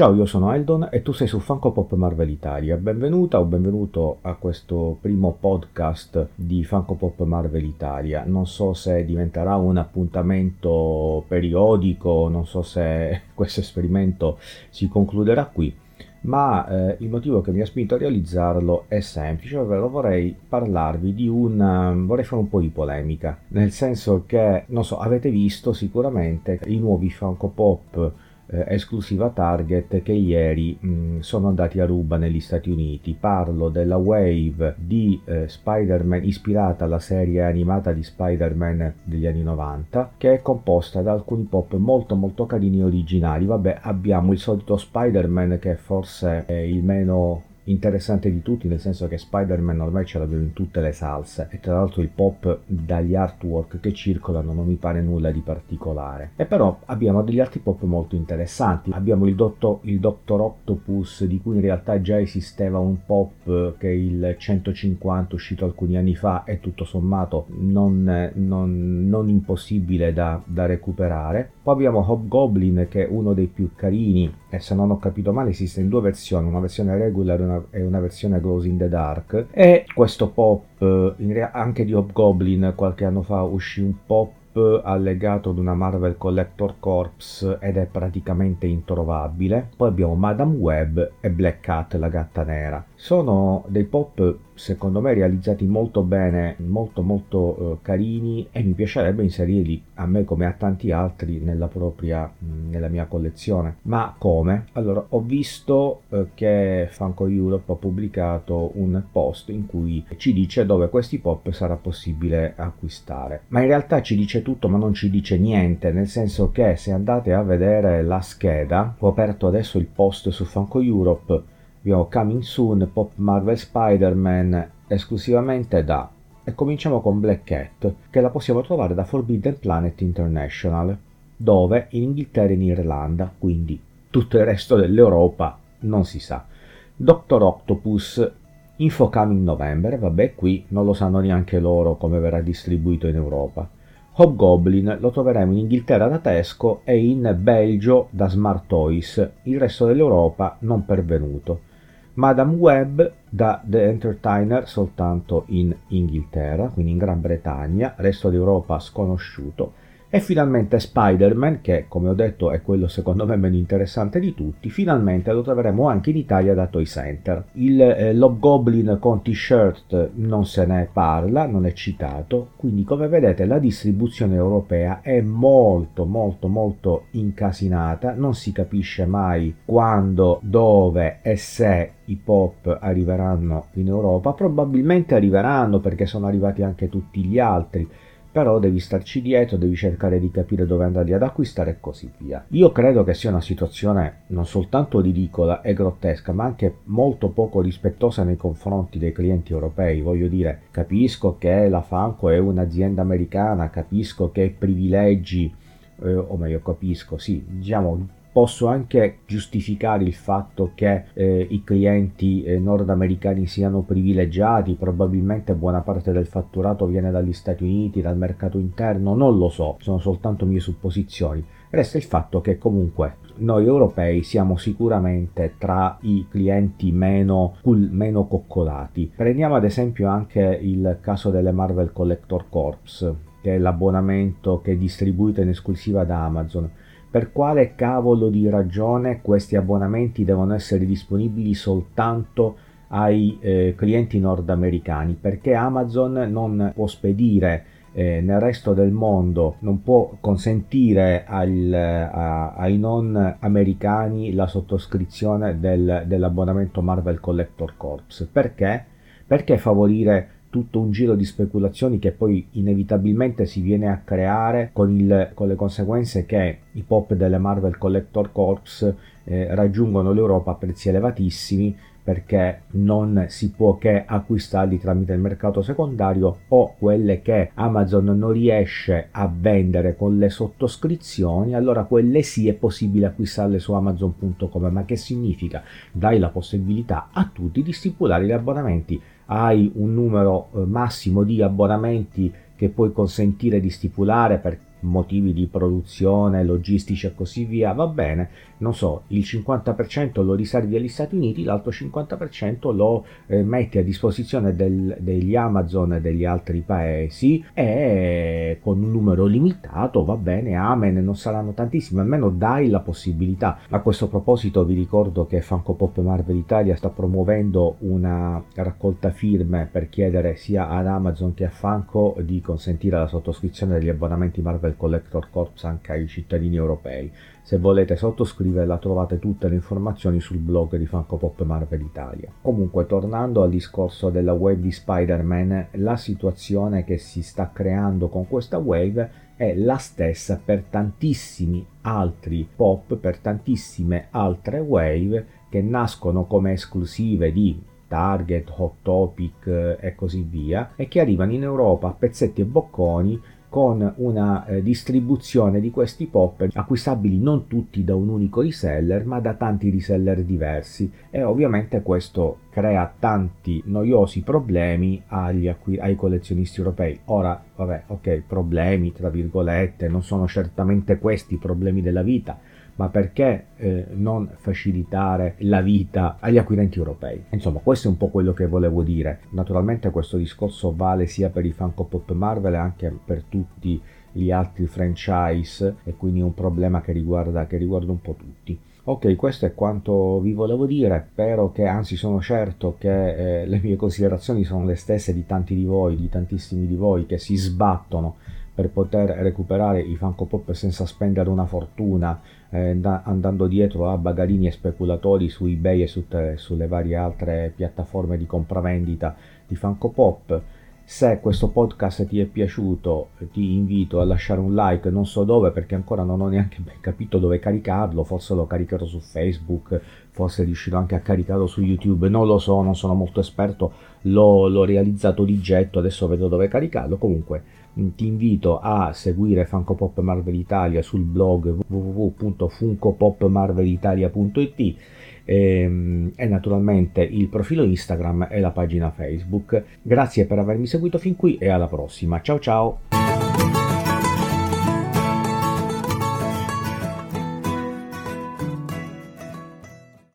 Ciao, io sono Eldon e tu sei su Funko Pop Marvel Italia. Benvenuta o benvenuto a questo primo podcast di Funko Pop Marvel Italia. Non so se diventerà un appuntamento periodico, non so se questo esperimento si concluderà qui, ma il motivo che mi ha spinto a realizzarlo è semplice, ovvero vorrei parlarvi vorrei fare un po' di polemica, nel senso che, non so, avete visto sicuramente i nuovi Funko Pop esclusiva Target che ieri sono andati a ruba negli Stati Uniti. Parlo della Wave di Spider-Man ispirata alla serie animata di Spider-Man degli anni 90, che è composta da alcuni pop molto molto carini e originali. Vabbè, abbiamo il solito Spider-Man, che forse è il meno interessante di tutti, nel senso che Spider-Man ormai ce l'abbiamo in tutte le salse, e tra l'altro il pop dagli artwork che circolano non mi pare nulla di particolare. E però abbiamo degli altri pop molto interessanti. Abbiamo il Dr. Octopus, di cui in realtà già esisteva un pop, che è il 150, uscito alcuni anni fa, e tutto sommato non impossibile da recuperare. Poi abbiamo Hobgoblin, che è uno dei più carini, e se non ho capito male esiste in due versioni, una versione regular e una versione Glows in the Dark. E questo pop, anche di Hobgoblin qualche anno fa uscì un pop allegato ad una Marvel Collector Corps ed è praticamente introvabile. Poi abbiamo Madame Web e Black Cat, la gatta nera. Sono dei pop secondo me realizzati molto bene, molto carini, e mi piacerebbe inserirli, a me come a tanti altri, nella mia collezione. Ma come? Allora, ho visto che Funko Europe ha pubblicato un post in cui ci dice dove questi pop sarà possibile acquistare, ma in realtà ci dice tutto ma non ci dice niente, nel senso che se andate a vedere la scheda, ho aperto adesso il post su Funko Europe, abbiamo Coming Soon, Pop Marvel Spider-Man, esclusivamente e cominciamo con Black Cat, che la possiamo trovare da Forbidden Planet International, dove in Inghilterra e in Irlanda, quindi tutto il resto dell'Europa non si sa. Dr. Octopus, info coming November, vabbè, qui non lo sanno neanche loro come verrà distribuito in Europa. Hobgoblin lo troveremo in Inghilterra da Tesco e in Belgio da Smart Toys, il resto dell'Europa non pervenuto. Madame Web da The Entertainer soltanto in Inghilterra, quindi in Gran Bretagna, resto d'Europa sconosciuto. E finalmente Spider-Man, che come ho detto è quello secondo me meno interessante di tutti, finalmente lo troveremo anche in Italia da Toy Center. L'Hobgoblin con t-shirt non se ne parla, non è citato, quindi come vedete la distribuzione europea è molto incasinata, non si capisce mai quando, dove e se i pop arriveranno in Europa. Probabilmente arriveranno, perché sono arrivati anche tutti gli altri, però devi starci dietro, devi cercare di capire dove andarli ad acquistare e così via. Io credo che sia una situazione non soltanto ridicola e grottesca, ma anche molto poco rispettosa nei confronti dei clienti europei. Voglio dire, capisco che la Funko è un'azienda americana, capisco che privilegi, o meglio capisco, sì, diciamo, posso anche giustificare il fatto che i clienti nordamericani siano privilegiati, probabilmente buona parte del fatturato viene dagli Stati Uniti, dal mercato interno, non lo so, sono soltanto mie supposizioni. Resta il fatto che comunque noi europei siamo sicuramente tra i clienti meno coccolati. Prendiamo ad esempio anche il caso delle Marvel Collector Corps, che è l'abbonamento che è distribuito in esclusiva da Amazon. Per quale cavolo di ragione questi abbonamenti devono essere disponibili soltanto ai clienti nordamericani? Perché Amazon non può spedire nel resto del mondo, non può consentire ai non americani la sottoscrizione dell'abbonamento Marvel Collector Corps? Perché? Perché favorire tutto un giro di speculazioni che poi inevitabilmente si viene a creare con le conseguenze che i pop delle Marvel Collector Corps raggiungono l'Europa a prezzi elevatissimi, perché non si può che acquistarli tramite il mercato secondario o quelle che Amazon non riesce a vendere con le sottoscrizioni, allora quelle sì è possibile acquistarle su Amazon.com. Ma che significa? Dai la possibilità a tutti di stipulare gli abbonamenti, hai un numero massimo di abbonamenti che puoi consentire di stipulare per motivi di produzione, logistici e così via, va bene, non so, il 50% lo riservi agli Stati Uniti, l'altro 50% lo metti a disposizione degli Amazon e degli altri paesi, e con un numero limitato va bene, amen, non saranno tantissimi, almeno dai la possibilità. A questo proposito vi ricordo che Funko Pop Marvel Italia sta promuovendo una raccolta firme per chiedere sia ad Amazon che a Funko di consentire la sottoscrizione degli abbonamenti Marvel Collector Corps anche ai cittadini europei. Se volete sottoscriverla trovate tutte le informazioni sul blog di Funko Pop Marvel Italia. Comunque, tornando al discorso della wave di Spider-Man, la situazione che si sta creando con questa wave è la stessa per tantissimi altri pop, per tantissime altre wave che nascono come esclusive di Target, Hot Topic e così via, e che arrivano in Europa a pezzetti e bocconi con una distribuzione di questi pop acquistabili non tutti da un unico reseller ma da tanti reseller diversi, e ovviamente questo crea tanti noiosi problemi ai collezionisti europei. Ora, vabbè, ok, problemi tra virgolette, non sono certamente questi i problemi della vita, ma perché non facilitare la vita agli acquirenti europei? Insomma, questo è un po' quello che volevo dire. Naturalmente questo discorso vale sia per i Funko Pop Marvel che per tutti gli altri franchise, e quindi è un problema che riguarda un po' tutti. Ok, questo è quanto vi volevo dire. Spero che, anzi sono certo che le mie considerazioni sono le stesse di tanti di voi, di tantissimi di voi che si sbattono per poter recuperare i Funko Pop senza spendere una fortuna, andando dietro a bagarini e speculatori su eBay e sulle varie altre piattaforme di compravendita di Funko Pop. Se questo podcast ti è piaciuto, ti invito a lasciare un like, non so dove perché ancora non ho neanche ben capito dove caricarlo, forse lo caricherò su Facebook, forse riuscirò anche a caricarlo su YouTube, non lo so, non sono molto esperto, l'ho realizzato di getto, adesso vedo dove caricarlo. Comunque ti invito a seguire Funko Pop Marvel Italia sul blog www.funkopopmarvelitalia.it e naturalmente il profilo Instagram e la pagina Facebook. Grazie per avermi seguito fin qui e alla prossima. Ciao ciao!